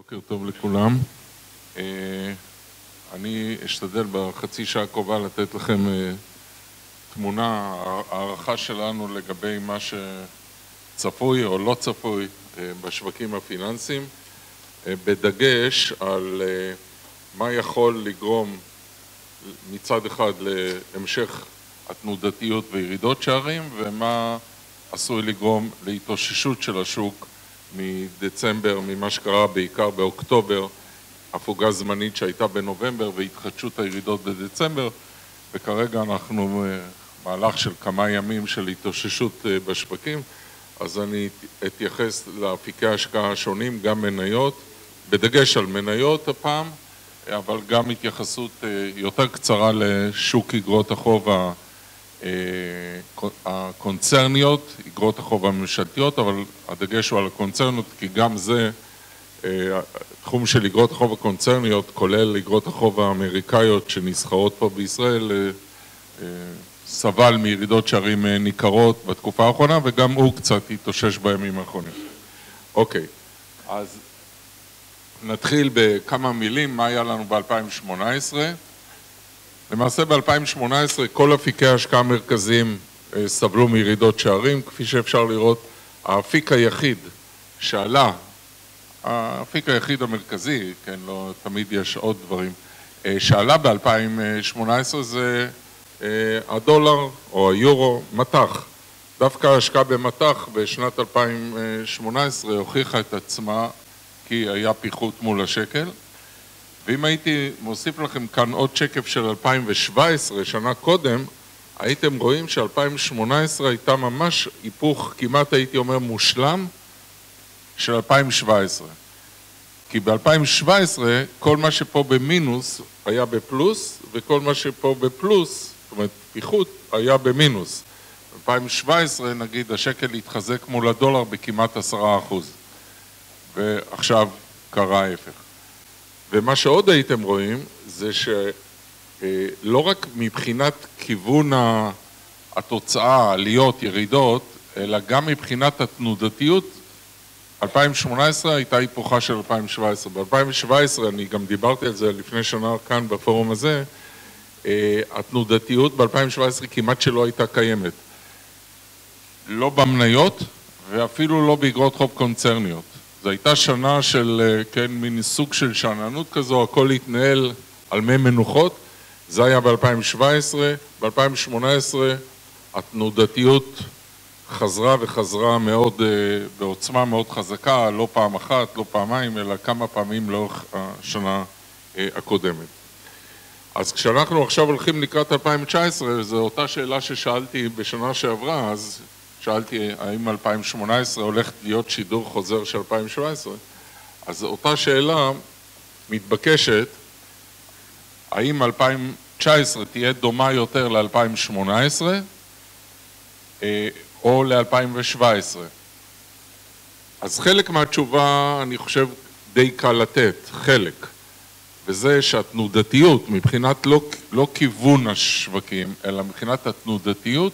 בוקר טוב לכולם. אני אשתדל בחצי שעה הקרובה לתת לכם תמונה, הערכה שלנו לגבי מה שצפוי או לא צפוי בשווקים הפיננסיים, בדגש על מה יכול לגרום מצד אחד להמשך התנודתיות וירידות שערים, ומה עשוי לגרום להתאוששות של השוק מדצמבר, ממה שקרה בעיקר באוקטובר, הפוגה זמנית שהייתה בנובמבר והתחדשות הירידות בדצמבר, וכרגע אנחנו מהלך של כמה ימים של התאוששות בשווקים. אז אני אתייחס לאפיקי ההשקעה השונים, גם מניות, בדגש על מניות הפעם, אבל גם התייחסות יותר קצרה לשוק אגרות החוב הקונצרניות, אגרות החוב הממשלתיות, אבל הדגש הוא על הקונצרניות, כי גם זה, תחום של אגרות החוב הקונצרניות, כולל אגרות החוב האמריקאיות שנסחרות פה בישראל, סבל מירידות שערים ניכרות בתקופה האחרונה, וגם הוא קצת התאושש בימים האחרונים. אוקיי, אז נתחיל בכמה מילים, מה היה לנו ב-2018. למעשה ב-2018 כל אפיקי ההשקעה המרכזיים סבלו מירידות שערים, כפי שאפשר לראות. האפיק היחיד שעלה, האפיק היחיד המרכזי, כן, לא תמיד יש עוד דברים, שעלה ב-2018 זה הדולר או היורו, מטח. דווקא ההשקעה במטח בשנת 2018 הוכיחה את עצמה כי היה פיחות מול השקל. ואם הייתי מוסיף לכם כאן עוד שקף של 2017, שנה קודם, הייתם רואים ש-2018 הייתה ממש היפוך, כמעט הייתי אומר מושלם, של 2017. כי ב-2017 כל מה שפה במינוס היה בפלוס, וכל מה שפה בפלוס, זאת אומרת פיחות, היה במינוס. ב-2017 נגיד השקל התחזק מול הדולר בכמעט 10%. ועכשיו קרה ההפך. ומה שעוד הייתם רואים זה שלא רק מבחינת כיוון התוצאה, עליות, ירידות, אלא גם מבחינת התנודתיות, 2018 הייתה היפוכה של 2017. ב-2017, אני גם דיברתי על זה לפני שנה כאן בפורום הזה, התנודתיות ב-2017 כמעט שלא הייתה קיימת. לא במניות ואפילו לא באגרות חוב קונצרניות. זו הייתה שנה של, כן, מין סוג של שאננות כזו, הכל התנהל על מי מנוחות. זה היה ב-2017, ב-2018 התנודתיות חזרה וחזרה מאוד, בעוצמה מאוד חזקה, לא פעם אחת, לא פעמיים, אלא כמה פעמים לאורך השנה הקודמת. אז כשאנחנו עכשיו הולכים לקראת 2019, זו אותה שאלה ששאלתי בשנה שעברה, אז שאלתי האם 2018 הולכת להיות שידור חוזר של 2017, אז אותה שאלה מתבקשת, האם 2019 תהיה דומה יותר ל-2018 או ל-2017. אז חלק מהתשובה אני חושב די קל לתת, חלק, וזה שהתנודתיות מבחינת לא כיוון השווקים, אלא מבחינת התנודתיות,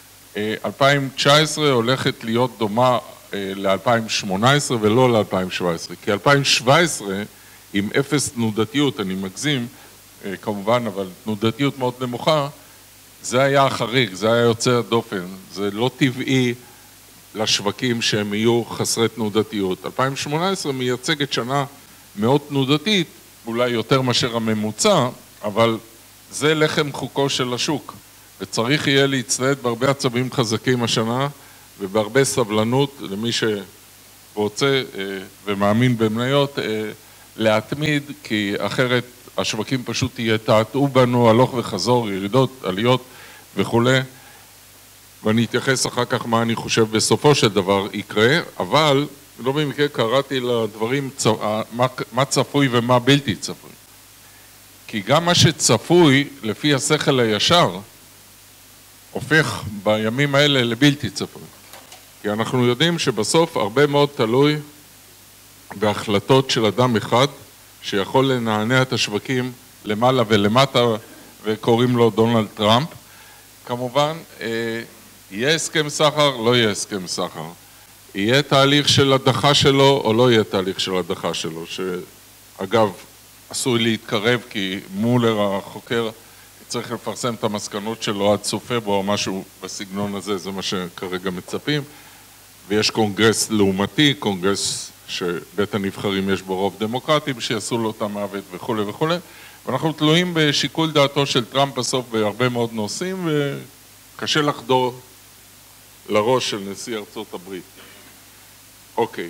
2019 הולכת להיות דומה ל-2018 ולא ל-2017, כי 2017 עם אפס תנודתיות, אני מגזים כמובן, אבל תנודתיות מאוד נמוכה, זה היה החריג, זה היה יוצא דופן, זה לא טבעי לשווקים שהם יהיו חסרי תנודתיות. 2018 מייצגת שנה מאוד תנודתית, אולי יותר מאשר הממוצע, אבל זה לחם חוקו של השוק. וצריך יהיה להצטייד בהרבה עצבים חזקים השנה, ובהרבה סבלנות למי שרוצה ומאמין במניות להתמיד, כי אחרת השווקים פשוט יתעתעו בנו הלוך וחזור, ירידות, עליות וכו'. ואני אתייחס אחר כך מה אני חושב בסופו של דבר יקרה, אבל לא במקרה קראתי לדברים מה צפוי ומה בלתי צפוי. כי גם מה שצפוי לפי השכל הישר, הופך בימים האלה לבלתי צפוי. כי אנחנו יודעים שבסוף הרבה מאוד תלוי בהחלטות של אדם אחד, שיכול לנענע את השווקים למעלה ולמטה, וקוראים לו דונלד טראמפ. כמובן, יהיה הסכם סחר, לא יהיה הסכם סחר. יהיה תהליך של הדחה שלו או לא יהיה תהליך של הדחה שלו, שאגב, עשוי להתקרב כי מולר החוקר צריך לפרסם את המסקנות שלו עד סוף פברואר, משהו בסגנון הזה, זה מה שכרגע מצפים, ויש קונגרס לעומתי, קונגרס שבית הנבחרים יש בו רוב דמוקרטי, שיעשו לו את המוות וכו' וכו', ואנחנו תלויים בשיקול דעתו של טראמפ בסוף בהרבה מאוד נושאים, וקשה לחדור לראש של נשיא ארצות הברית. אוקיי.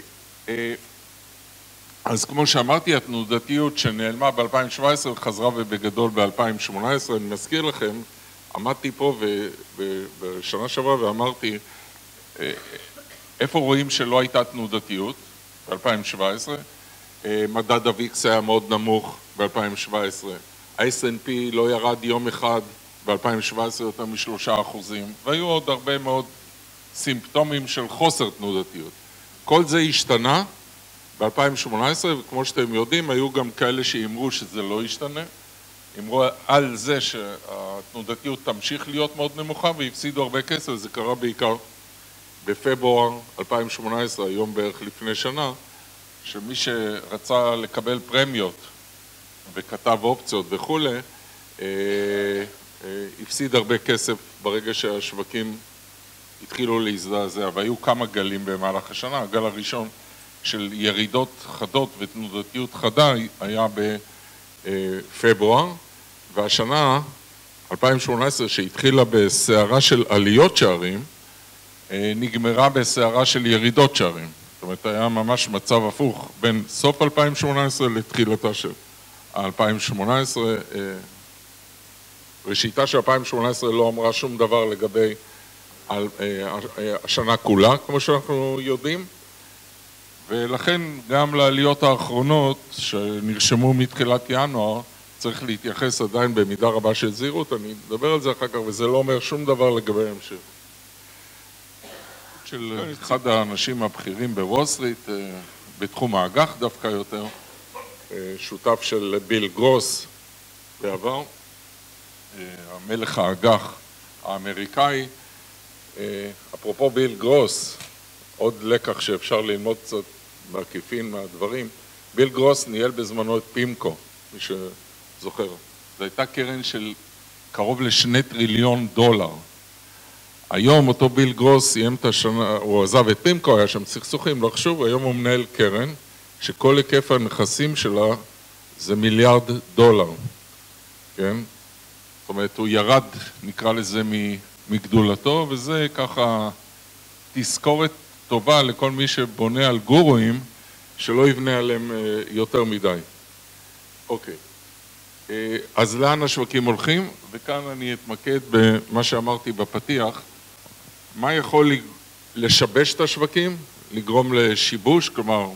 אז כמו שאמרתי, התנודתיות שנעלמה ב-2017 חזרה ובגדול ב-2018, אני מזכיר לכם, עמדתי פה בשנה שעברה ואמרתי, איפה רואים שלא הייתה תנודתיות? ב-2017, מדד הוויקס היה מאוד נמוך ב-2017, ה-S&P לא ירד יום אחד ב-2017 יותר מ3%, והיו עוד הרבה מאוד סימפטומים של חוסר תנודתיות. כל זה השתנה ב-2018, וכמו שאתם יודעים, היו גם כאלה שאמרו שזה לא ישתנה, אמרו על זה שהתנודתיות תמשיך להיות מאוד נמוכה, והפסידו הרבה כסף, זה קרה בעיקר בפברואר 2018, היום בערך לפני שנה, שמי שרצה לקבל פרמיות וכתב אופציות וכו', הפסיד הרבה כסף ברגע שהשווקים התחילו להזדעזע, והיו כמה גלים במהלך השנה. הגל הראשון של ירידות חדות ותנודתיות חדה היה בפברואר, והשנה, 2018, שהתחילה בסערה של עליות שערים, נגמרה בסערה של ירידות שערים. זאת אומרת, היה ממש מצב הפוך בין סוף 2018 לתחילתה של 2018. ראשיתה של 2018 לא אמרה שום דבר לגבי השנה כולה, כמו שאנחנו יודעים, ולכן גם לעליות האחרונות שנרשמו מתחילת ינואר, צריך להתייחס עדיין במידה רבה של זהירות, אני אדבר על זה אחר כך, וזה לא אומר שום דבר לגבי המשך. של אחד האנשים הבכירים בוול סטריט, בתחום האג"ח דווקא יותר, שותף של ביל גרוס בעבר, המלך האג"ח האמריקאי. אפרופו ביל גרוס, עוד לקח שאפשר ללמוד קצת בעקיפין מהדברים, ביל גרוס ניהל בזמנו את פימקו, מי שזוכר. זו הייתה קרן של קרוב ל2 טריליון דולר. היום אותו ביל גרוס סיים את השנה, הוא עזב את פימקו, היה שם סכסוכים, לא חשוב, היום הוא מנהל קרן שכל היקף הנכסים שלה זה $1 מיליארד, כן? זאת אומרת, הוא ירד, נקרא לזה, מגדולתו, וזה ככה תזכורת טובה לכל מי שבונה על גורואים, שלא יבנה עליהם יותר מדי. אוקיי. אז לאן השווקים הולכים? וכאן אני אתמקד במה שאמרתי בפתיח. מה יכול לשבש את השווקים? לגרום לשיבוש, כלומר,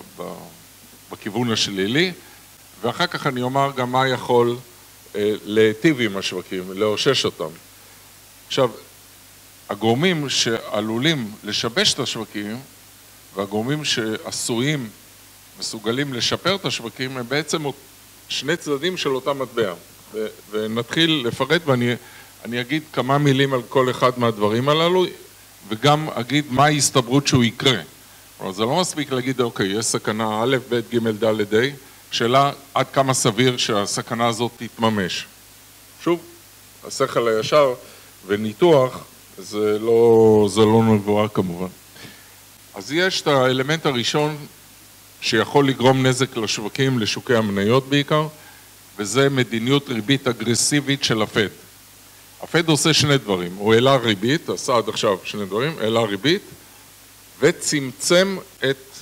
בכיוון השלילי, ואחר כך אני אומר גם מה יכול להיטיב עם השווקים, לאושש אותם. עכשיו, הגורמים שעלולים לשבש את השווקים, והגורמים שעשויים, מסוגלים לשפר את השווקים, הם בעצם שני צדדים של אותה מטבע. ונתחיל לפרט, ואני אגיד כמה מילים על כל אחד מהדברים הללו, וגם אגיד מה ההסתברות שהוא יקרה. אבל זה לא מספיק להגיד, אוקיי, יש סכנה א', ב', ג', ד', ה', שאלה עד כמה סביר שהסכנה הזאת תתממש. שוב, השכל הישר וניתוח, זה לא נבואה כמובן. אז יש את האלמנט הראשון שיכול לגרום נזק לשווקים, לשוקי המניות בעיקר, וזה מדיניות ריבית אגרסיבית של הפד. הפד עושה שני דברים, הוא העלה ריבית, עשה עד עכשיו שני דברים, העלה ריבית, וצמצם את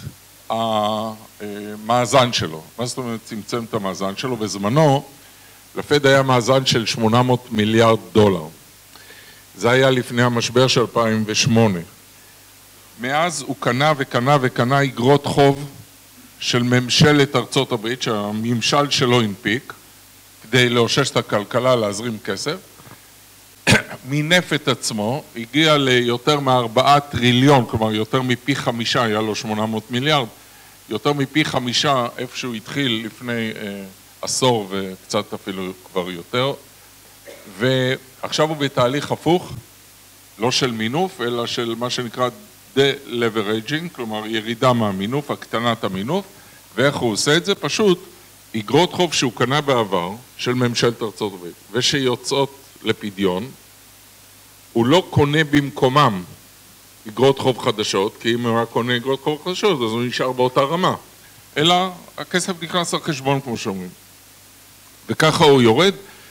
המאזן שלו. מה זאת אומרת צמצם את המאזן שלו? בזמנו, לפד היה מאזן של $800 מיליארד. זה היה לפני המשבר של 2008. מאז הוא קנה וקנה וקנה אגרות חוב של ממשלת ארצות הברית, שהממשל שלו הנפיק, כדי לאושש את הכלכלה, להזרים כסף. מינף את עצמו, הגיע ליותר מ4 טריליון, כלומר יותר מפי 5, היה לו 800 מיליארד, יותר מפי 5 איפה שהוא התחיל לפני עשור וקצת אפילו כבר יותר, ועכשיו הוא בתהליך הפוך, לא של מינוף, אלא של מה שנקרא דה-לברג'ינג, כלומר ירידה מהמינוף, הקטנת המינוף, ואיך הוא עושה את זה? פשוט אגרות חוב שהוא קנה בעבר של ממשלת ארצות הברית, ושיוצאות לפדיון, הוא לא קונה במקומם אגרות חוב חדשות, כי אם הוא היה קונה אגרות חוב חדשות, אז הוא נשאר באותה רמה. אלא הכסף נכנס על חשבון, כמו שאומרים. וככה הוא יורד,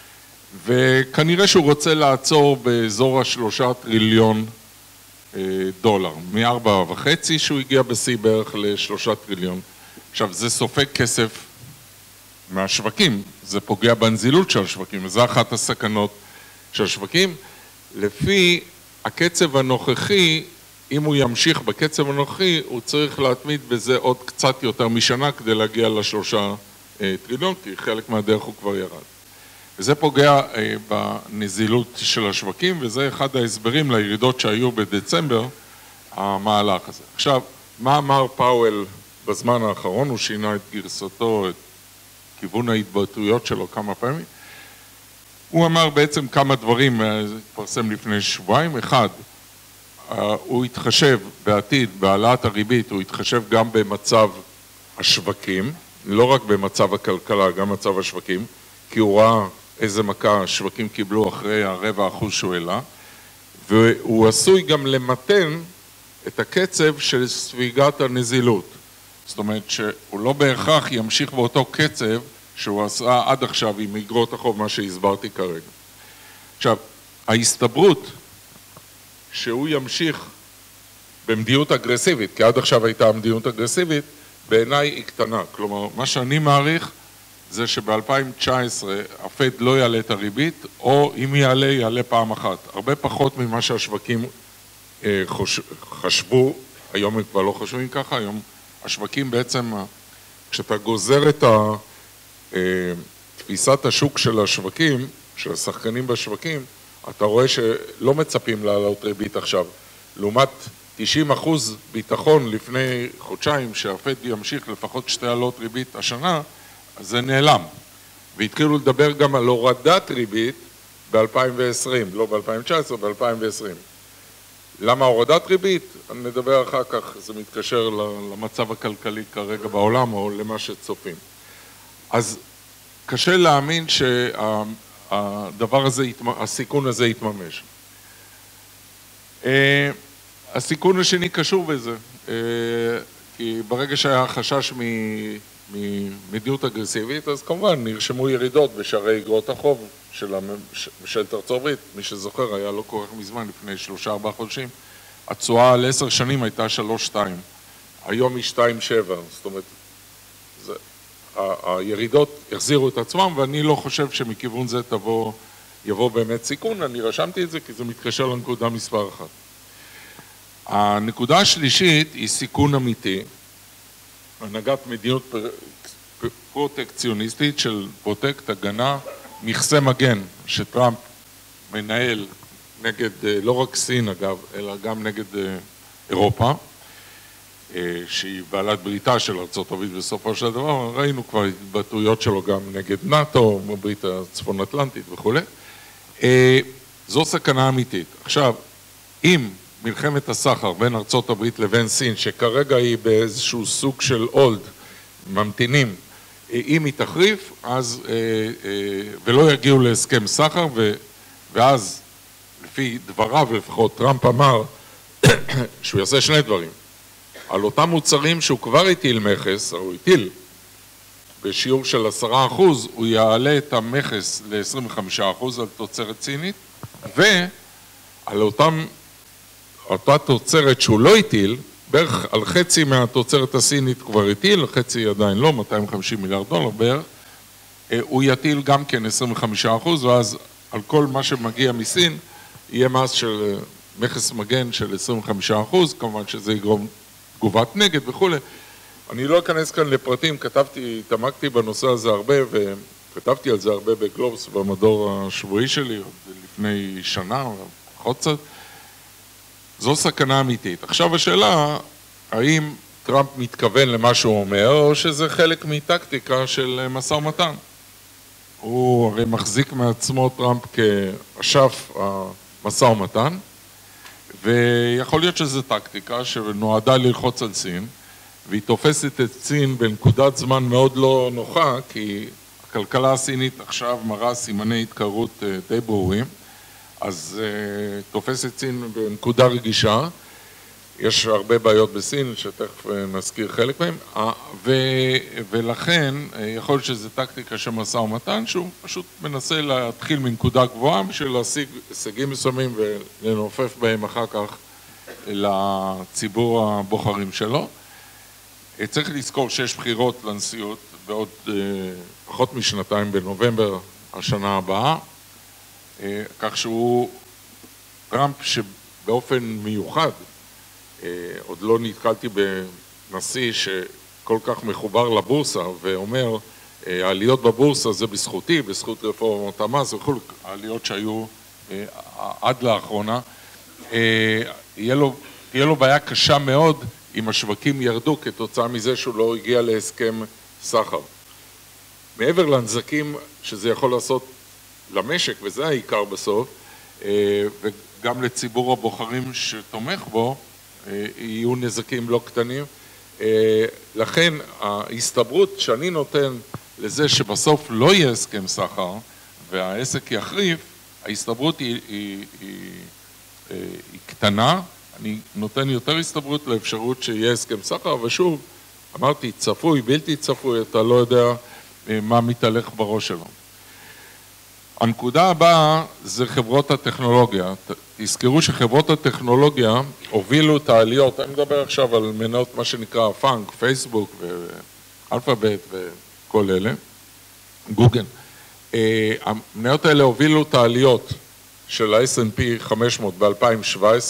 וכנראה שהוא רוצה לעצור באזור ה3 טריליון דולר. מ4.5 שהוא הגיע בשיא בערך ל3 טריליון. עכשיו, זה סופג כסף מהשווקים, זה פוגע בנזילות של השווקים, וזו אחת הסכנות של השווקים. לפי הקצב הנוכחי, אם הוא ימשיך בקצב הנוכחי, הוא צריך להתמיד בזה עוד קצת יותר משנה כדי להגיע ל3 טריליון, כי חלק מהדרך הוא כבר ירד. וזה פוגע בנזילות של השווקים, וזה אחד ההסברים לירידות שהיו בדצמבר, המהלך הזה. עכשיו, מה אמר פאוול בזמן האחרון? הוא שינה את גרסתו, את כיוון ההתבטאויות שלו כמה פעמים. הוא אמר בעצם כמה דברים, זה התפרסם לפני שבועיים. אחד, הוא התחשב בעתיד, בהעלאת הריבית, הוא התחשב גם במצב השווקים, לא רק במצב הכלכלה, גם מצב השווקים, כי הוא ראה איזה מכה השווקים קיבלו אחרי 0.25% שהוא העלה, והוא עשוי גם למתן את הקצב של ספיגת הנזילות. זאת אומרת שהוא לא בהכרח ימשיך באותו קצב שהוא עשה עד עכשיו עם אגרות החוב, מה שהסברתי כרגע. עכשיו, ההסתברות שהוא ימשיך במדיניות אגרסיבית, כי עד עכשיו הייתה מדיניות אגרסיבית, בעיניי היא קטנה. כלומר, מה שאני מעריך זה שב-2019 הפד לא יעלה את הריבית, או אם יעלה, יעלה פעם אחת. הרבה פחות ממה שהשווקים חשבו, היום הם כבר לא חושבים ככה, היום השווקים בעצם, כשאתה גוזר את תפיסת השוק של השווקים, של השחקנים בשווקים, אתה רואה שלא מצפים לעלות ריבית עכשיו. לעומת 90% ביטחון לפני חודשיים שהפד ימשיך לפחות 2 העלות ריבית השנה, אז זה נעלם. והתחילו לדבר גם על הורדת ריבית ב-2020, לא ב-2019, ב-2020. למה הורדת ריבית? נדבר אחר כך, זה מתקשר למצב הכלכלי כרגע בעולם או למה שצופים. אז קשה להאמין שהדבר הזה, הסיכון הזה יתממש. הסיכון השני קשור בזה, כי ברגע שהיה חשש ממדיניות אגרסיבית, אז כמובן נרשמו ירידות בשערי אגרות החוב של ארצות הברית. מי שזוכר היה לא כל כך מזמן, לפני 3-4 חודשים, התשואה על 10 שנים הייתה 3.2, היום היא 2.7, זאת אומרת, הירידות החזירו את עצמם, ואני לא חושב שמכיוון זה יבוא באמת סיכון. אני רשמתי את זה כי זה מתקשר לנקודה מספר 1. הנקודה השלישית היא סיכון אמיתי, הנהגת מדיניות פרוטקציוניסטית של פרוטקט, הגנה, מכסה מגן, שטראמפ מנהל נגד, לא רק סין אגב, אלא גם נגד אירופה, שהיא בעלת בריתה של ארצות הברית בסופו של דבר. ראינו כבר התבטאויות שלו גם נגד נאטו, ברית הצפון אטלנטית וכו'. זו סכנה אמיתית. עכשיו, אם מלחמת הסחר בין ארצות הברית לבין סין, שכרגע היא באיזשהו סוג של אולד, ממתינים, אם היא תחריף, אז, ולא יגיעו להסכם סחר, ואז, לפי דבריו לפחות, טראמפ אמר שהוא יעשה 2 דברים. על אותם מוצרים שהוא כבר הטיל מכס, או הטיל בשיעור של 10%, הוא יעלה את המכס ל-25% על תוצרת סינית, ועל אותה תוצרת שהוא לא הטיל, בערך על חצי מהתוצרת הסינית כבר הטיל, חצי עדיין לא, $250 מיליארד בערך, הוא יטיל גם כן 25%, ואז על כל מה שמגיע מסין, יהיה מס של מכס מגן של 25%, כמובן שזה יגרום תגובת נגד וכו'. אני לא אכנס כאן לפרטים, התעמקתי בנושא הזה הרבה, וכתבתי על זה הרבה בגלובס, במדור השבועי שלי, לפני שנה, פחות קצת. זו סכנה אמיתית. עכשיו השאלה, האם טראמפ מתכוון למה שהוא אומר, או שזה חלק מטקטיקה של משא ומתן? הוא הרי מחזיק מעצמו טראמפ כאשף המשא ומתן, ויכול להיות שזו טקטיקה שנועדה ללחוץ על סין, והיא תופסת את סין בנקודת זמן מאוד לא נוחה, כי הכלכלה הסינית עכשיו מראה סימני התקררות די ברורים, אז תופסת סין בנקודה רגישה, יש הרבה בעיות בסין, שתכף נזכיר חלק מהם, ולכן יכול להיות שזו טקטיקה של משא ומתן, שהוא פשוט מנסה להתחיל מנקודה גבוהה בשביל להשיג הישגים מסוימים ולנופף בהם אחר כך לציבור הבוחרים שלו. צריך לזכור שיש בחירות לנשיאות בעוד פחות משנתיים בנובמבר השנה הבאה, כך שהוא טראמפ שבאופן מיוחד, עוד לא נתקלתי בנשיא שכל כך מחובר לבורסה ואומר העליות בבורסה זה בזכותי, בזכות רפורמות המס וכו', העליות שהיו עד לאחרונה, תהיה לו בעיה קשה מאוד אם השווקים ירדו כתוצאה מזה שהוא לא הגיע להסכם סחר. מעבר לנזקים שזה יכול לעשות למשק, וזה העיקר בסוף, וגם לציבור הבוחרים שתומך בו, יהיו נזקים לא קטנים. לכן ההסתברות שאני נותן לזה שבסוף לא יהיה הסכם סחר והעסק יחריף, ההסתברות היא קטנה. אני נותן יותר הסתברות לאפשרות שיהיה הסכם סחר, ושוב, אמרתי, צפוי, בלתי צפוי, אתה לא יודע מה מתהלך בראש שלו. הנקודה הבאה זה חברות הטכנולוגיה. תזכרו שחברות הטכנולוגיה הובילו את העליות, אני מדבר עכשיו על מניות מה שנקרא פאנק, פייסבוק ואלפאבית וכל אלה, גוגל. המניות האלה הובילו את העליות של ה-S&P 500 ב-2017,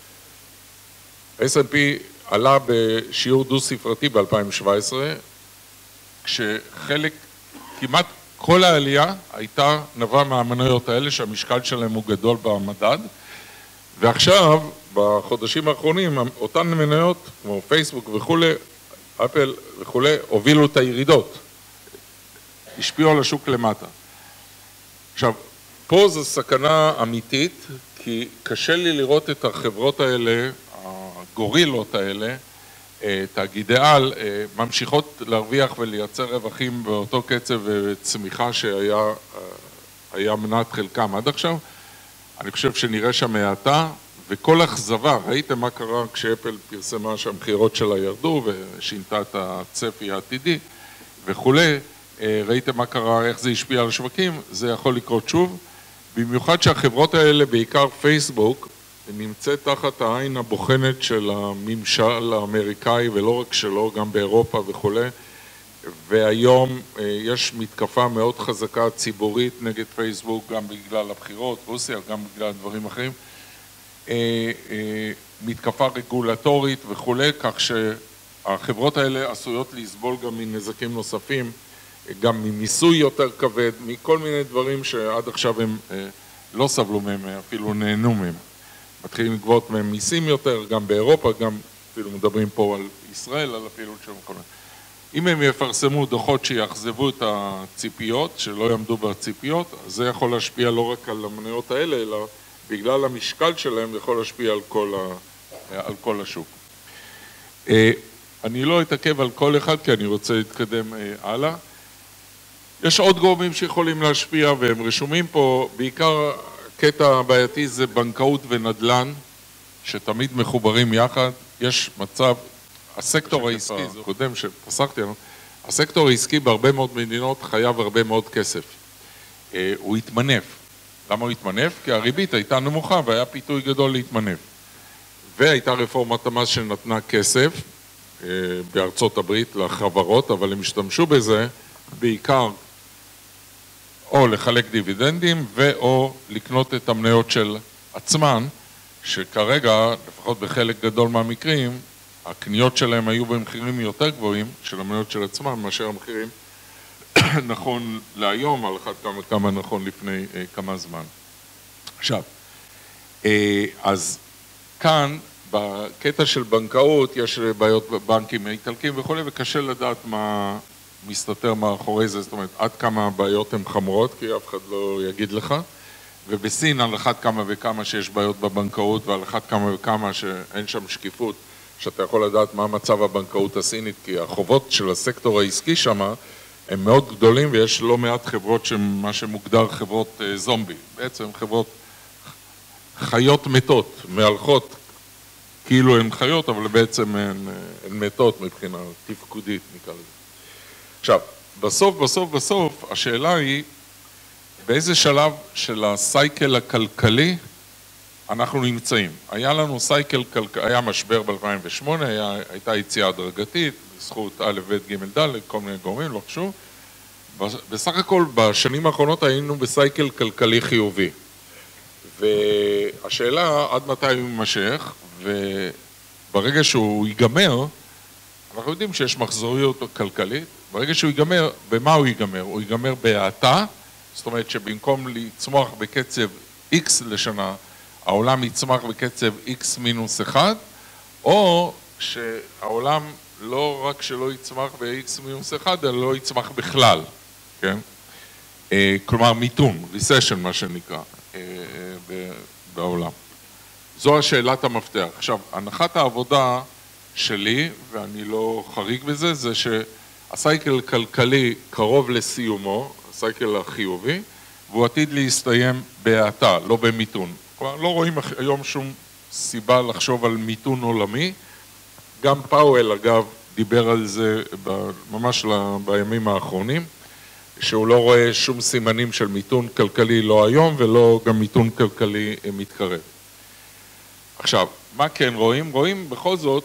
ה-S&P עלה בשיעור דו ספרתי ב-2017, כשחלק, כמעט כל העלייה הייתה נבעה מהמניות האלה שהמשקל שלהם הוא גדול במדד, ועכשיו בחודשים האחרונים אותן מניות כמו פייסבוק וכולי, אפל וכולי, הובילו את הירידות, השפיעו על השוק למטה. עכשיו, פה זו סכנה אמיתית, כי קשה לי לראות את החברות האלה, הגורילות האלה, תאגידי על, ממשיכות להרוויח ולייצר רווחים באותו קצב וצמיחה שהיה מנת חלקם עד עכשיו. אני חושב שנראה שם מעטה, וכל אכזבה, ראיתם מה קרה כשאפל פרסמה שהמחירות שלה ירדו ושינתה את הצפי העתידי וכולי, ראיתם מה קרה, איך זה השפיע על השווקים, זה יכול לקרות שוב, במיוחד שהחברות האלה, בעיקר פייסבוק, נמצאת תחת העין הבוחנת של הממשל האמריקאי, ולא רק שלו, גם באירופה וכולי, והיום יש מתקפה מאוד חזקה ציבורית נגד פייסבוק, גם בגלל הבחירות, רוסיה, גם בגלל דברים אחרים, מתקפה רגולטורית וכולי, כך שהחברות האלה עשויות לסבול גם מנזקים נוספים, גם ממיסוי יותר כבד, מכל מיני דברים שעד עכשיו הם לא סבלו מהם, אפילו נהנו מהם. מתחילים לגבות מהם מיסים יותר, גם באירופה, גם אפילו מדברים פה על ישראל, על הפעילות שלהם. אם הם יפרסמו דוחות שיאכזבו את הציפיות, שלא יעמדו בציפיות, אז זה יכול להשפיע לא רק על המניות האלה, אלא בגלל המשקל שלהם יכול להשפיע על כל השוק. אני לא אתעכב על כל אחד, כי אני רוצה להתקדם הלאה. יש עוד גורמים שיכולים להשפיע, והם רשומים פה, בעיקר קטע בעייתי זה בנקאות ונדל"ן, שתמיד מחוברים יחד. יש מצב, הסקטור העסקי, זה קודם שפסחתי עליו, הסקטור העסקי בהרבה מאוד מדינות חייב הרבה מאוד כסף. הוא התמנף. למה הוא התמנף? כי הריבית הייתה נמוכה והיה פיתוי גדול להתמנף. והייתה רפורמת המס שנתנה כסף בארצות הברית לחברות, אבל הם השתמשו בזה בעיקר או לחלק דיבידנדים ואו לקנות את המניות של עצמן, שכרגע, לפחות בחלק גדול מהמקרים, הקניות שלהם היו במחירים יותר גבוהים של המניות של עצמם מאשר המחירים נכון להיום, על אחת כמה נכון לפני כמה זמן. עכשיו, אז כאן בקטע של בנקאות יש בעיות בבנקים האיטלקים וכו', וקשה לדעת מה מסתתר מאחורי זה, זאת אומרת עד כמה הבעיות הן חמורות, כי אף אחד לא יגיד לך, ובסין על אחת כמה וכמה שיש בעיות בבנקאות, ועל אחת כמה וכמה שאין שם שקיפות, שאתה יכול לדעת מה מצב הבנקאות הסינית, כי החובות של הסקטור העסקי שם הם מאוד גדולים, ויש לא מעט חברות מה שמוגדר חברות זומבי, בעצם חברות חיות מתות, מהלכות כאילו הן חיות, אבל בעצם הן מתות מבחינה תפקודית, נקרא לזה. עכשיו, בסוף, השאלה היא, באיזה שלב של הסייקל הכלכלי אנחנו נמצאים? היה לנו סייקל כלכלי, היה משבר ב-2008, הייתה יציאה הדרגתית, בזכות א', ב', ג', ד', כל מיני גורמים, לא חשוב. בסך הכל, בשנים האחרונות היינו בסייקל כלכלי חיובי. והשאלה, עד מתי הוא יימשך, וברגע שהוא ייגמר, אנחנו יודעים שיש מחזוריות כלכלית, ברגע שהוא ייגמר, במה הוא ייגמר? הוא ייגמר בהאטה, זאת אומרת שבמקום לצמוח בקצב X לשנה, העולם יצמח בקצב X מינוס 1, או שהעולם לא רק שלא יצמח ב-X מינוס 1, אלא לא יצמח בכלל, כן? כלומר מיתון, recession מה שנקרא, בעולם. זו השאלת המפתח. עכשיו, הנחת העבודה שלי, ואני לא חריג בזה, זה שהסייקל הכלכלי קרוב לסיומו, הסייקל החיובי, והוא עתיד להסתיים בהאטה, לא במיתון. כלומר, לא רואים היום שום סיבה לחשוב על מיתון עולמי. גם פאוול, אגב, דיבר על זה ממש בימים האחרונים, שהוא לא רואה שום סימנים של מיתון כלכלי לא היום, ולא גם מיתון כלכלי מתקרב. עכשיו, מה כן רואים? רואים בכל זאת,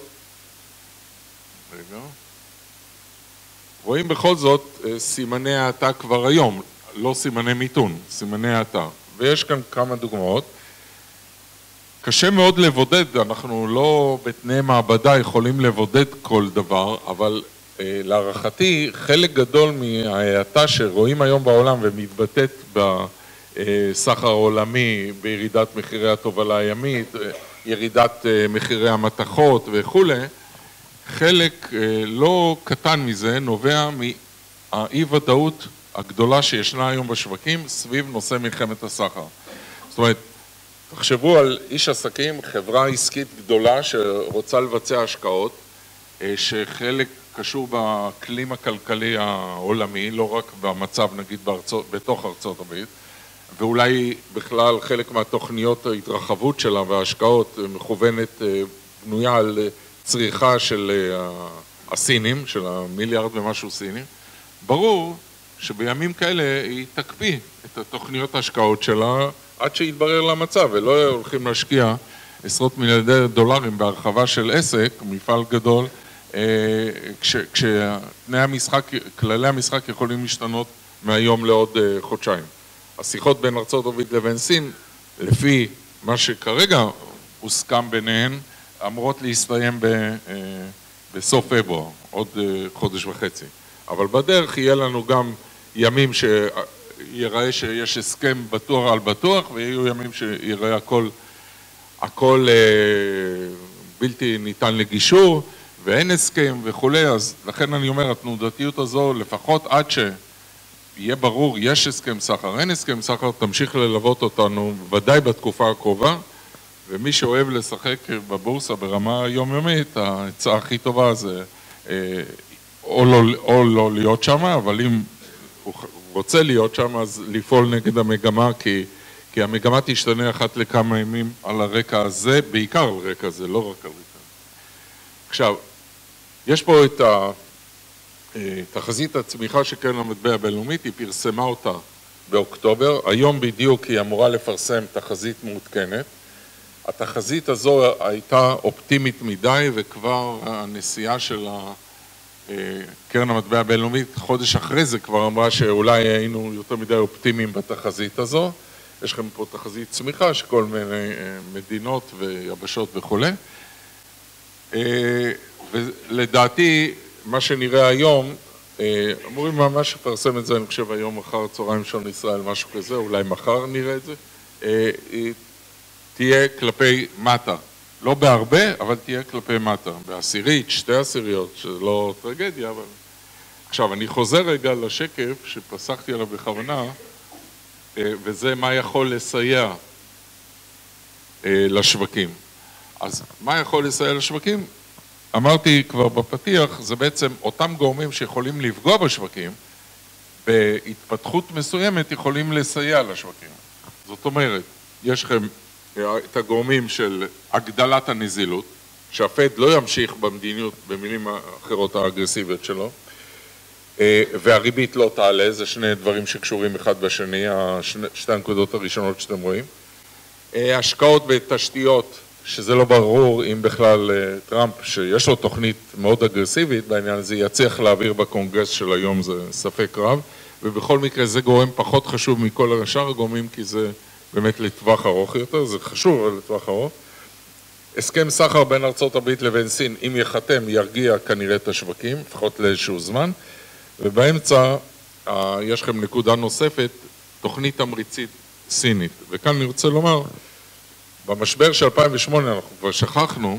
רואים בכל זאת סימני האטה כבר היום, לא סימני מיתון, סימני האטה. ויש כאן כמה דוגמאות. קשה מאוד לבודד, אנחנו לא בתנאי מעבדה יכולים לבודד כל דבר, אבל להערכתי חלק גדול מההאטה שרואים היום בעולם ומתבטאת בסחר העולמי, בירידת מחירי התובלה הימית, ירידת מחירי המתכות וכו', חלק לא קטן מזה נובע מהאי ודאות הגדולה שישנה היום בשווקים סביב נושא מלחמת הסחר. זאת אומרת, תחשבו על איש עסקים, חברה עסקית גדולה שרוצה לבצע השקעות, שחלק קשור באקלים הכלכלי העולמי, לא רק במצב נגיד בתוך ארצות הברית, ואולי בכלל חלק מהתוכניות ההתרחבות שלה וההשקעות מכוונת, בנויה על צריכה של הסינים, של המיליארד ומשהו סינים. ברור שבימים כאלה היא תקפיא את התוכניות ההשקעות שלה עד שיתברר למצב, ולא הולכים להשקיע עשרות מיליארדי דולרים בהרחבה של עסק, מפעל גדול, כללי המשחק יכולים להשתנות מהיום לעוד חודשיים. השיחות בין ארצות הברית לבין סין, לפי מה שכרגע הוסכם ביניהן, אמורות להסתיים בסוף פברואר, עוד חודש וחצי. אבל בדרך יהיה לנו גם ימים שיראה שיש הסכם בטוח על בטוח, ויהיו ימים שיראה הכל בלתי ניתן לגישור, ואין הסכם וכולי, אז לכן אני אומר, התנודתיות הזו, לפחות עד שיהיה ברור, יש הסכם סחר, אין הסכם סחר, תמשיך ללוות אותנו, ודאי בתקופה הקרובה, ומי שאוהב לשחק בבורסה ברמה יומיומית, ההצעה הכי טובה זה או לא להיות שם, אבל אם הוא רוצה להיות שם, אז לפעול נגד המגמה, כי המגמה תשתנה אחת לכמה ימים על הרקע הזה, בעיקר על רקע הזה, לא רק על רקע. עכשיו, יש פה את תחזית הצמיחה של קרן המטבע הבינלאומית, היא פרסמה אותה באוקטובר, היום בדיוק היא אמורה לפרסם תחזית מעודכנת, התחזית הזו הייתה אופטימית מדי, וכבר הנשיאה של קרן המטבע הבינלאומית, חודש אחרי זה כבר אמרה שאולי היינו יותר מדי אופטימיים בתחזית הזו, יש לכם פה תחזית צמיחה של כל מיני מדינות ויבשות וכו'. ולדעתי, מה שנראה היום, אמורים ממש לפרסם את זה, אני חושב היום אחר צהריים שעון ישראל, משהו כזה, אולי מחר נראה את זה, תהיה כלפי מטה, לא בהרבה, אבל תהיה כלפי מטה, בעשירית, 2 עשיריות, שזה לא טרגדיה, אבל... עכשיו, אני חוזר רגע לשקף שפסחתי עליו בכוונה, וזה מה יכול לסייע לשווקים. אז מה יכול לסייע לשווקים? אמרתי כבר בפתיח, זה בעצם אותם גורמים שיכולים לפגוע בשווקים, בהתפתחות מסוימת יכולים לסייע לשווקים. זאת אומרת, יש לכם את הגורמים של הגדלת הנזילות, שהפד לא ימשיך במדיניות, במילים אחרות האגרסיביות שלו, והריבית לא תעלה, זה שני דברים שקשורים אחד בשני, שתי הנקודות הראשונות שאתם רואים. השקעות בתשתיות, שזה לא ברור אם בכלל טראמפ, שיש לו תוכנית מאוד אגרסיבית בעניין הזה, יצליח להעביר בקונגרס של היום, זה ספק רב, ובכל מקרה זה גורם פחות חשוב מכל השאר הגורמים, כי זה באמת לטווח ארוך יותר, זה חשוב אבל לטווח ארוך. הסכם סחר בין ארצות הברית לבין סין, אם יחתם, ירגיע כנראה את השווקים, לפחות לאיזשהו זמן, ובאמצע יש לכם נקודה נוספת, תוכנית תמריצית סינית. וכאן אני רוצה לומר, במשבר של 2008 אנחנו כבר שכחנו,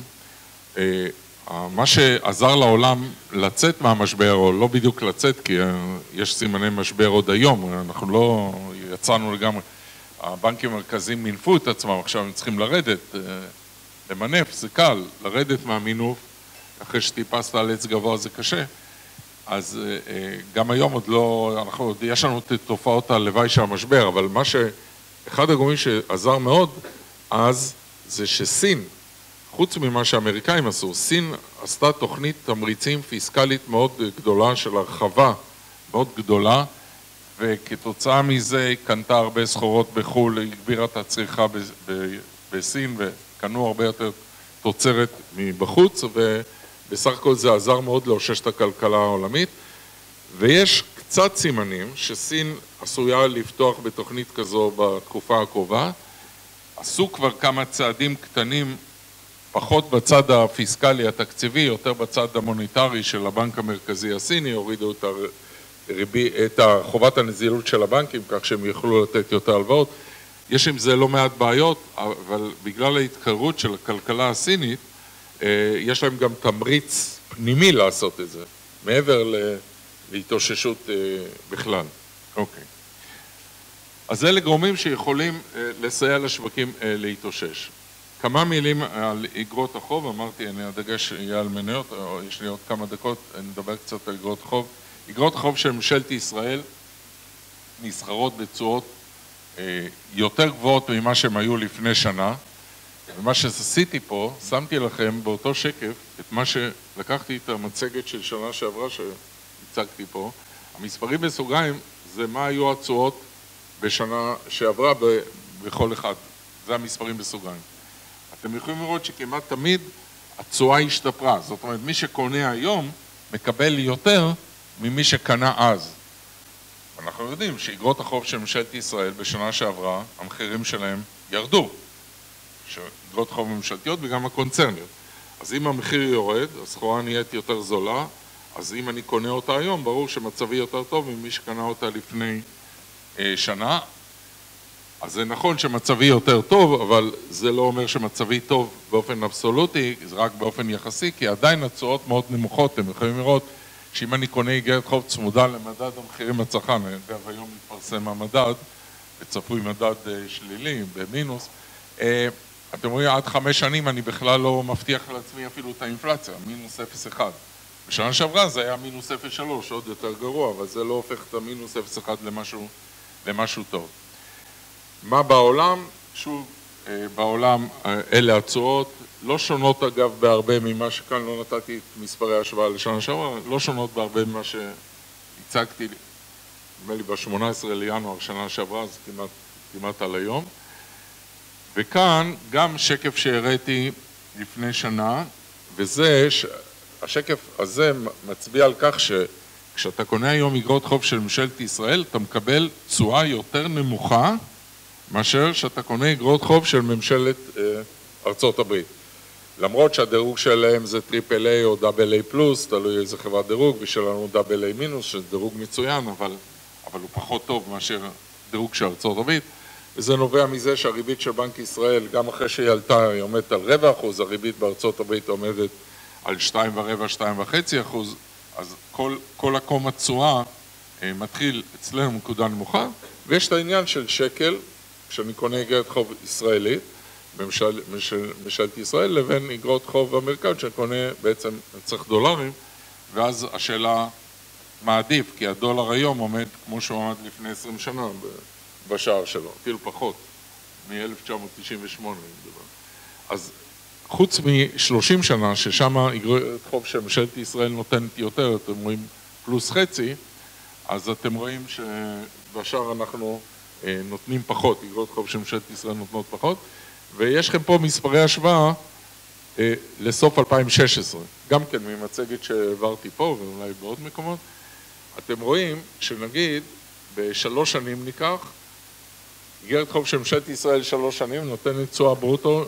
מה שעזר לעולם לצאת מהמשבר, או לא בדיוק לצאת, כי יש סימני משבר עוד היום, אנחנו לא יצאנו לגמרי, הבנקים המרכזיים מינפו את עצמם, עכשיו הם צריכים לרדת, למנף, זה קל, לרדת מהמינוף, אחרי שטיפסת על עץ גבוה זה קשה, אז גם היום עוד לא, יש לנו את תופעות הלוואי של המשבר, אבל אחד הגורמים שעזר מאוד אז זה שסין, חוץ ממה שהאמריקאים עשו, סין עשתה תוכנית תמריצים פיסקלית מאוד גדולה של הרחבה מאוד גדולה, וכתוצאה מזה היא קנתה הרבה סחורות בחו"ל, הגבירה את הצריכה בסין וקנו הרבה יותר תוצרת מבחוץ, ובסך הכל זה עזר מאוד לאושש את הכלכלה העולמית, ויש קצת סימנים שסין עשויה לפתוח בתוכנית כזו בתקופה הקרובה, עשו כבר כמה צעדים קטנים, פחות בצד הפיסקלי התקציבי, יותר בצד המוניטרי של הבנק המרכזי הסיני, הורידו את חובת הנזילות של הבנקים, כך שהם יוכלו לתת יותר הלוואות. יש עם זה לא מעט בעיות, אבל בגלל ההתקררות של הכלכלה הסינית, יש להם גם תמריץ פנימי לעשות את זה, מעבר להתאוששות בכלל. אוקיי. אז אלה גורמים שיכולים לסייע לשווקים להתאושש. כמה מילים על אגרות החוב, אמרתי, הדגש יהיה על מניות, יש לי עוד כמה דקות, נדבר קצת על אגרות חוב. אגרות החוב של ממשלת ישראל נסחרות בתשואות יותר גבוהות ממה שהם היו לפני שנה, ומה שעשיתי פה, שמתי לכם באותו שקף את מה שלקחתי את המצגת של שנה שעברה שהצגתי פה, המספרים בסוגריים זה מה היו התשואות בשנה שעברה בכל אחד, זה המספרים בסוגריים. אתם יכולים לראות שכמעט תמיד התשואה השתפרה, זאת אומרת מי שקונה היום מקבל יותר ממי שקנה אז. אנחנו יודעים שאגרות החוב של ממשלת ישראל בשנה שעברה, המחירים שלהם ירדו, שאגרות חוב ממשלתיות וגם הקונצרניות. אז אם המחיר יורד, הסחורה נהיית יותר זולה, אז אם אני קונה אותה היום, ברור שמצבי יותר טוב ממי שקנה אותה לפני שנה. אז זה נכון שמצבי יותר טוב, אבל זה לא אומר שמצבי טוב באופן אבסולוטי, זה רק באופן יחסי, כי עדיין התשואות מאוד נמוכות. אתם יכולים לראות שאם אני קונה אגרת חוב צמודה למדד המחירים לצרכן, אגב היום מתפרסם המדד, וצפוי מדד שלילי במינוס, אתם רואים עד 5 שנים אני בכלל לא מבטיח לעצמי אפילו את האינפלציה, מינוס 0.1. בשנה שעברה זה היה מינוס 0.3, עוד יותר גרוע, אבל זה לא הופך את המינוס 0.1 למשהו טוב. מה בעולם? שוב, בעולם אלה התשואות, לא שונות אגב בהרבה ממה שכאן לא נתתי את מספרי ההשוואה לשנה שעברה, לא שונות בהרבה ממה שהצגתי, נדמה לי ב-18 לינואר שנה שעברה, אז כמעט על היום. וכאן גם שקף שהראיתי לפני שנה, וזה, השקף הזה מצביע על כך שכשאתה קונה היום אגרות חוב של ממשלת ישראל, אתה מקבל תשואה יותר נמוכה, מאשר שאתה קונה אגרות חוב של ממשלת ארצות הברית. למרות שהדירוג שלהם זה טריפל איי או דאבל איי פלוס, תלוי איזה חברת דירוג, ושלנו דאבל איי מינוס, שזה דירוג מצוין, אבל הוא פחות טוב מאשר דירוג של ארצות הברית. וזה נובע מזה שהריבית של בנק ישראל, גם אחרי שהיא עלתה, היא עומדת על 0.25%, הריבית בארצות הברית עומדת על 2.25%, אז כל עקום התשואה מתחיל אצלנו נקודה נמוכה, ויש את העניין של שקל, כשאני קונה איגרת חוב ישראלית, ממשלת ישראל, לבין איגרות חוב אמריקאיות, שאני קונה בעצם צריך דולרים, ואז השאלה מה עדיף, כי הדולר היום עומד כמו שהוא עמד לפני 20 שנה בשער שלו, אפילו פחות, מ-1998. אז חוץ מ-30 שנה, ששם איגרות חוב שממשלת ישראל נותנת יותר, אתם רואים פלוס חצי, אז אתם רואים שבשער אנחנו נותנים פחות, איגרות חוב שממשלת ישראל נותנות פחות, ויש לכם פה מספרי השוואה לסוף 2016, גם כן ממצגת שהעברתי פה ואולי בעוד מקומות, אתם רואים שנגיד בשלוש שנים ניקח, איגרת חוב שממשלת ישראל 3 שנים נותנת תשואה ברוטו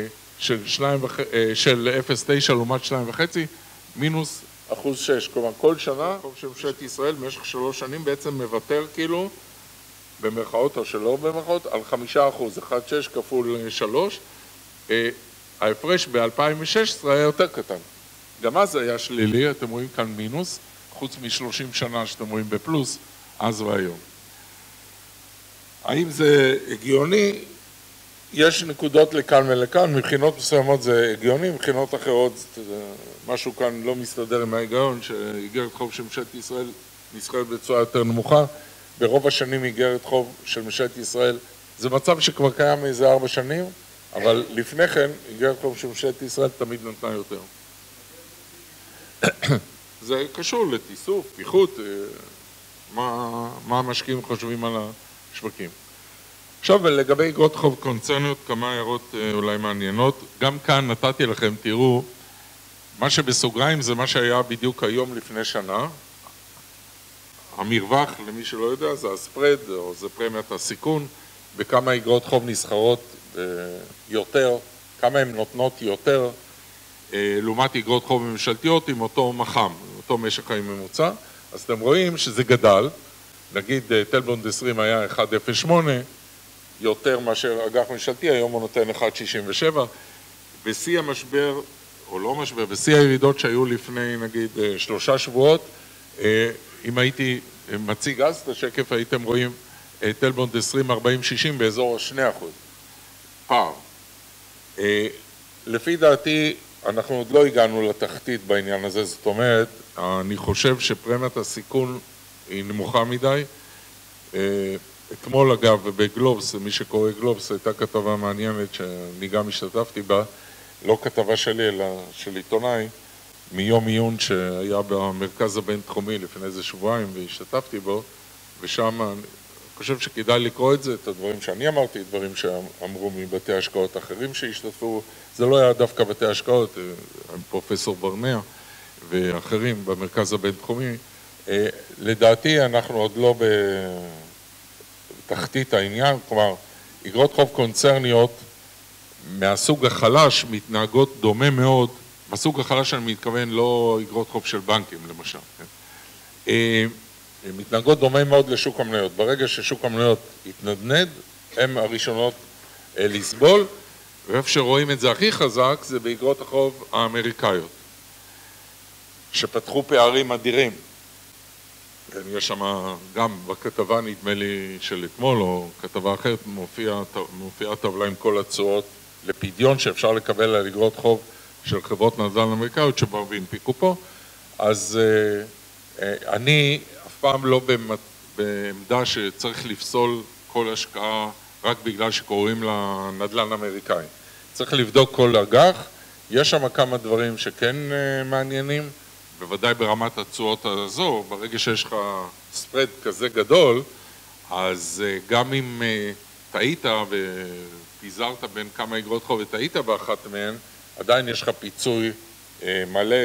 של 0.9 לעומת 2.5 מינוס 1.6%, כלומר כל שנה חוב שממשלת ישראל במשך 3 שנים בעצם מוותר כאילו במרכאות או שלא במרכאות על 5%, 1.6 כפול 3, ההפרש ב-2016 היה יותר קטן, גם אז היה שלילי, אתם רואים כאן מינוס, חוץ מ-30 שנה שאתם רואים בפלוס, אז והיום. האם זה הגיוני? יש נקודות לכאן ולכאן, מבחינות מסוימות זה הגיוני, מבחינות אחרות משהו כאן לא מסתדר עם ההיגיון, שאיגרת חוב של ממשלת ישראל נסחרת בצורה יותר נמוכה, ברוב השנים איגרת חוב של ממשלת ישראל, זה מצב שכבר קיים איזה 4 שנים, אבל לפני כן איגרת חוב של ממשלת ישראל תמיד נתנה יותר. זה קשור לתיסוף, פיחות, מה המשקיעים חושבים על השווקים. עכשיו, לגבי איגרות חוב קונצרניות, כמה הערות אולי מעניינות. גם כאן נתתי לכם, תראו, מה שבסוגריים זה מה שהיה בדיוק היום לפני שנה. המרווח, למי שלא יודע, זה הספרד, או זה פרמיית הסיכון, וכמה איגרות חוב נסחרות יותר, כמה הן נותנות יותר, לעומת איגרות חוב ממשלתיות עם אותו מח"מ, אותו משך חיים ממוצע. אז אתם רואים שזה גדל, נגיד טלבונד 20 היה 1.08, יותר מאשר אג"ח ממשלתי, היום הוא נותן 1.67, בשיא המשבר, או לא משבר, בשיא הירידות שהיו לפני נגיד 3 שבועות, אם הייתי מציג אז את השקף, הייתם רואים טלבונד 20, 40, 60 באזור 2%. פער. לפי דעתי, אנחנו עוד לא הגענו לתחתית בעניין הזה, זאת אומרת, אני חושב שפרמיית הסיכון היא נמוכה מדי. אתמול אגב, בגלובס, מי שקורא גלובס, הייתה כתבה מעניינת שאני גם השתתפתי בה, לא כתבה שלי אלא של עיתונאי, מיום עיון שהיה במרכז הבינתחומי לפני איזה שבועיים והשתתפתי בו, ושם אני חושב שכדאי לקרוא את זה, את הדברים שאני אמרתי, דברים שאמרו מבתי השקעות אחרים שהשתתפו, זה לא היה דווקא בתי השקעות, פרופסור ברנע ואחרים במרכז הבינתחומי, לדעתי אנחנו עוד לא בתחתית העניין, כלומר, איגרות חוב קונצרניות מהסוג החלש מתנהגות דומה מאוד, בסוג החלש אני מתכוון לא איגרות חוב של בנקים למשל, כן? מתנהגות דומה מאוד לשוק המניות, ברגע ששוק המניות יתנדנד, הם הראשונות לסבול, ואיפה שרואים את זה הכי חזק זה באיגרות החוב האמריקאיות, שפתחו פערים אדירים. יש שם גם בכתבה נדמה לי של אתמול או כתבה אחרת מופיעה טבלה עם כל התשואות לפדיון שאפשר לקבל על איגרות חוב של חברות נדל"ן אמריקאיות שבאו והנפיקו פה. אז אני אף פעם לא בעמדה שצריך לפסול כל השקעה רק בגלל שקוראים לה נדל"ן אמריקאי. צריך לבדוק כל אג"ח, יש שם כמה דברים שכן מעניינים, בוודאי ברמת התשואות הזו, ברגע שיש לך ספרד כזה גדול, אז גם אם טעית ופיזרת בין כמה איגרות חוב וטעית באחת מהן, עדיין יש לך פיצוי מלא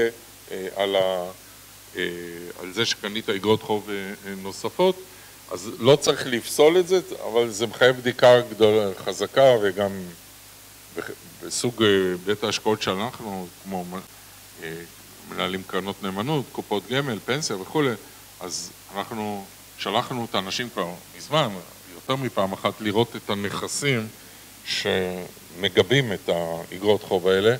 על זה שקנית איגרות חוב נוספות, אז לא צריך לפסול את זה, אבל זה מחייב בדיקה גדולה, חזקה, וגם בסוג בית ההשקעות שאנחנו, כמו מנהלים קרנות נאמנות, קופות גמל, פנסיה וכו', אז אנחנו שלחנו את האנשים כבר מזמן, יותר מפעם אחת, לראות את הנכסים שמגבים את האיגרות חוב האלה,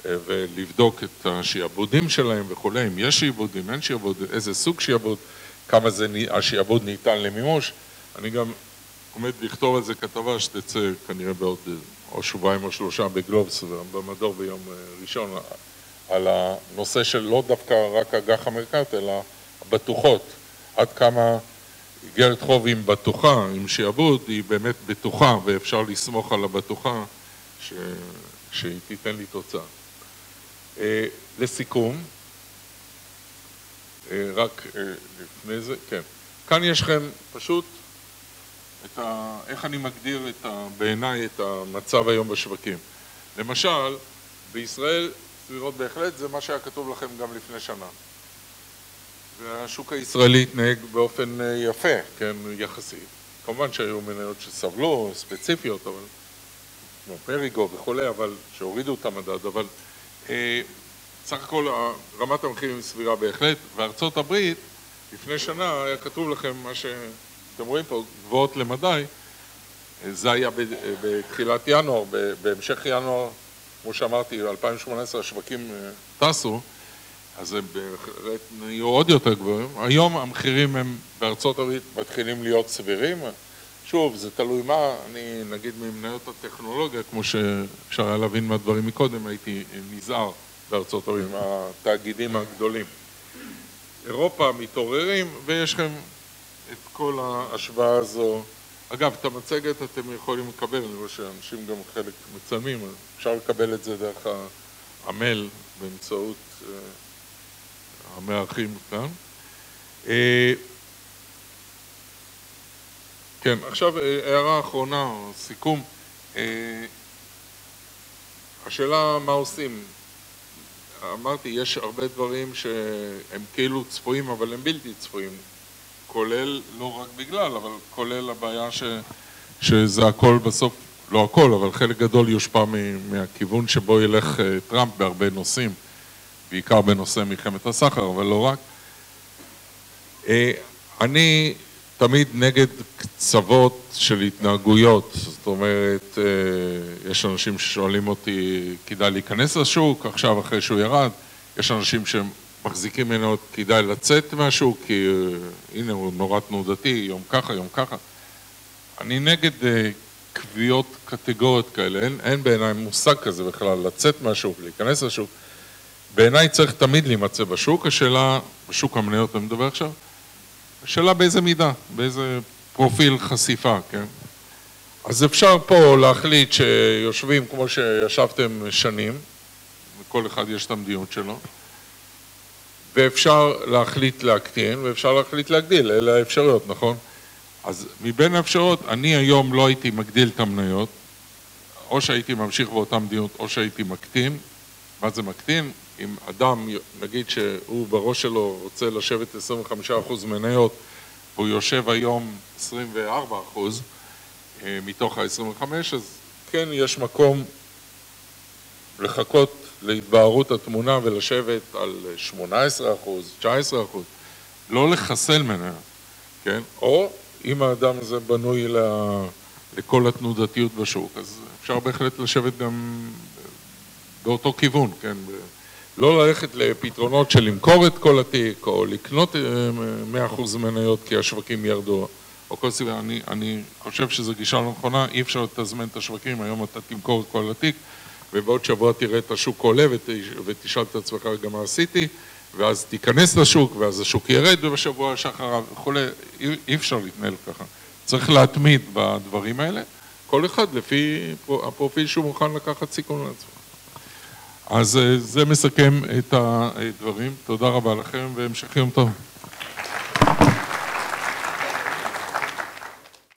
ולבדוק את השיעבודים שלהם וכו', אם יש שיעבודים, אין שיעבוד, איזה סוג שיעבוד, כמה השעבוד ניתן למימוש. אני גם עומד לכתוב על זה כתבה שתצא כנראה בעוד או שבועיים או שלושה בגלובס במדור ביום ראשון, על הנושא של לא דווקא רק אג"ח אמריקאיות, אלא הבטוחות. עד כמה איגרת חוב עם בטוחה, עם שעבוד, היא באמת בטוחה, ואפשר לסמוך על הבטוחה שהיא תיתן לי תוצאה. לסיכום, רק לפני זה, כן. כאן יש לכם פשוט איך אני מגדיר בעיניי את המצב היום בשווקים. למשל, בישראל, סבירות בהחלט, זה מה שהיה כתוב לכם גם לפני שנה. והשוק הישראלי התנהג באופן יפה, כן, יחסי. כמובן שהיו מניות שסבלו, ספציפיות, אבל כמו פריגו וכולי, אבל שהורידו את המדד, אבל סך הכל רמת המחירים היא סבירה בהחלט, וארצות הברית, לפני שנה היה כתוב לכם מה שאתם רואים פה, גבוהות למדי, זה היה בתחילת ינואר, בהמשך ינואר, כמו שאמרתי, 2018 השווקים טסו, אז הם בהחלט נהיו עוד יותר גבוהים. היום המחירים הם בארצות הברית מתחילים להיות סבירים. שוב, זה תלוי מה, אני נגיד ממניות הטכנולוגיה, כמו שאפשר היה להבין מהדברים מקודם, הייתי נזהר בארצות הברית, מהתאגידים הגדולים. אירופה מתעוררים, ויש לכם את כל ההשוואה הזו. אגב, את המצגת אתם יכולים לקבל, אני רואה שאנשים גם חלק מצלמים, אפשר לקבל את זה דרך המייל באמצעות המארחים כאן. כן, עכשיו הערה אחרונה, או סיכום. השאלה מה עושים. אמרתי, יש הרבה דברים שהם כאילו צפויים, אבל הם בלתי צפויים. כולל, לא רק בגלל, אבל כולל הבעיה שזה הכל בסוף, לא הכל, אבל חלק גדול יושפע מהכיוון שבו ילך טראמפ בהרבה נושאים, בעיקר בנושא מלחמת הסחר, אבל לא רק. אני תמיד נגד קצוות של התנהגויות, זאת אומרת, יש אנשים ששואלים אותי, כדאי להיכנס לשוק, עכשיו אחרי שהוא ירד, יש אנשים שמחזיקים מניות, כדאי לצאת מהשוק, כי הנה הוא נורא תנודתי, יום ככה, יום ככה. אני נגד קביעות קטגוריות כאלה, אין בעיניי מושג כזה בכלל, לצאת מהשוק, להיכנס לשוק. בעיניי צריך תמיד להימצא בשוק, השאלה, בשוק המניות אני מדבר עכשיו, השאלה באיזה מידה, באיזה פרופיל חשיפה, כן? אז אפשר פה להחליט שיושבים כמו שישבתם שנים, וכל אחד יש את המדיניות שלו, ואפשר להחליט להקטין, ואפשר להחליט להגדיל, אלה האפשרויות, נכון? אז מבין האפשרויות, אני היום לא הייתי מגדיל את המניות, או שהייתי ממשיך באותה מדיניות, או שהייתי מקטין. מה זה מקטין? אם אדם, נגיד שהוא בראש שלו רוצה לשבת 25% מניות, והוא יושב היום 24% מתוך ה-25%, אז כן יש מקום לחכות להתבהרות התמונה ולשבת על 18%, 19%, לא לחסל מניות, כן? או אם האדם הזה בנוי לכל התנודתיות בשוק, אז אפשר בהחלט לשבת גם באותו כיוון, כן? לא ללכת לפתרונות של למכור את כל התיק, או לקנות 100% מניות כי השווקים ירדו, או כל סיבה. אני חושב שזו גישה לא נכונה, אי אפשר לתזמן את השווקים, היום אתה תמכור את כל התיק, ובעוד שבוע תראה את השוק עולה ותשאל את עצמך גם מה עשיתי, ואז תיכנס לשוק, ואז השוק ירד ובשבוע שאחריו וכו', אי אפשר להתנהל ככה. צריך להתמיד בדברים האלה, כל אחד לפי הפרופיל שהוא מוכן לקחת סיכון לעצמו. אז זה מסכם את הדברים, תודה רבה לכם והמשך יום טוב.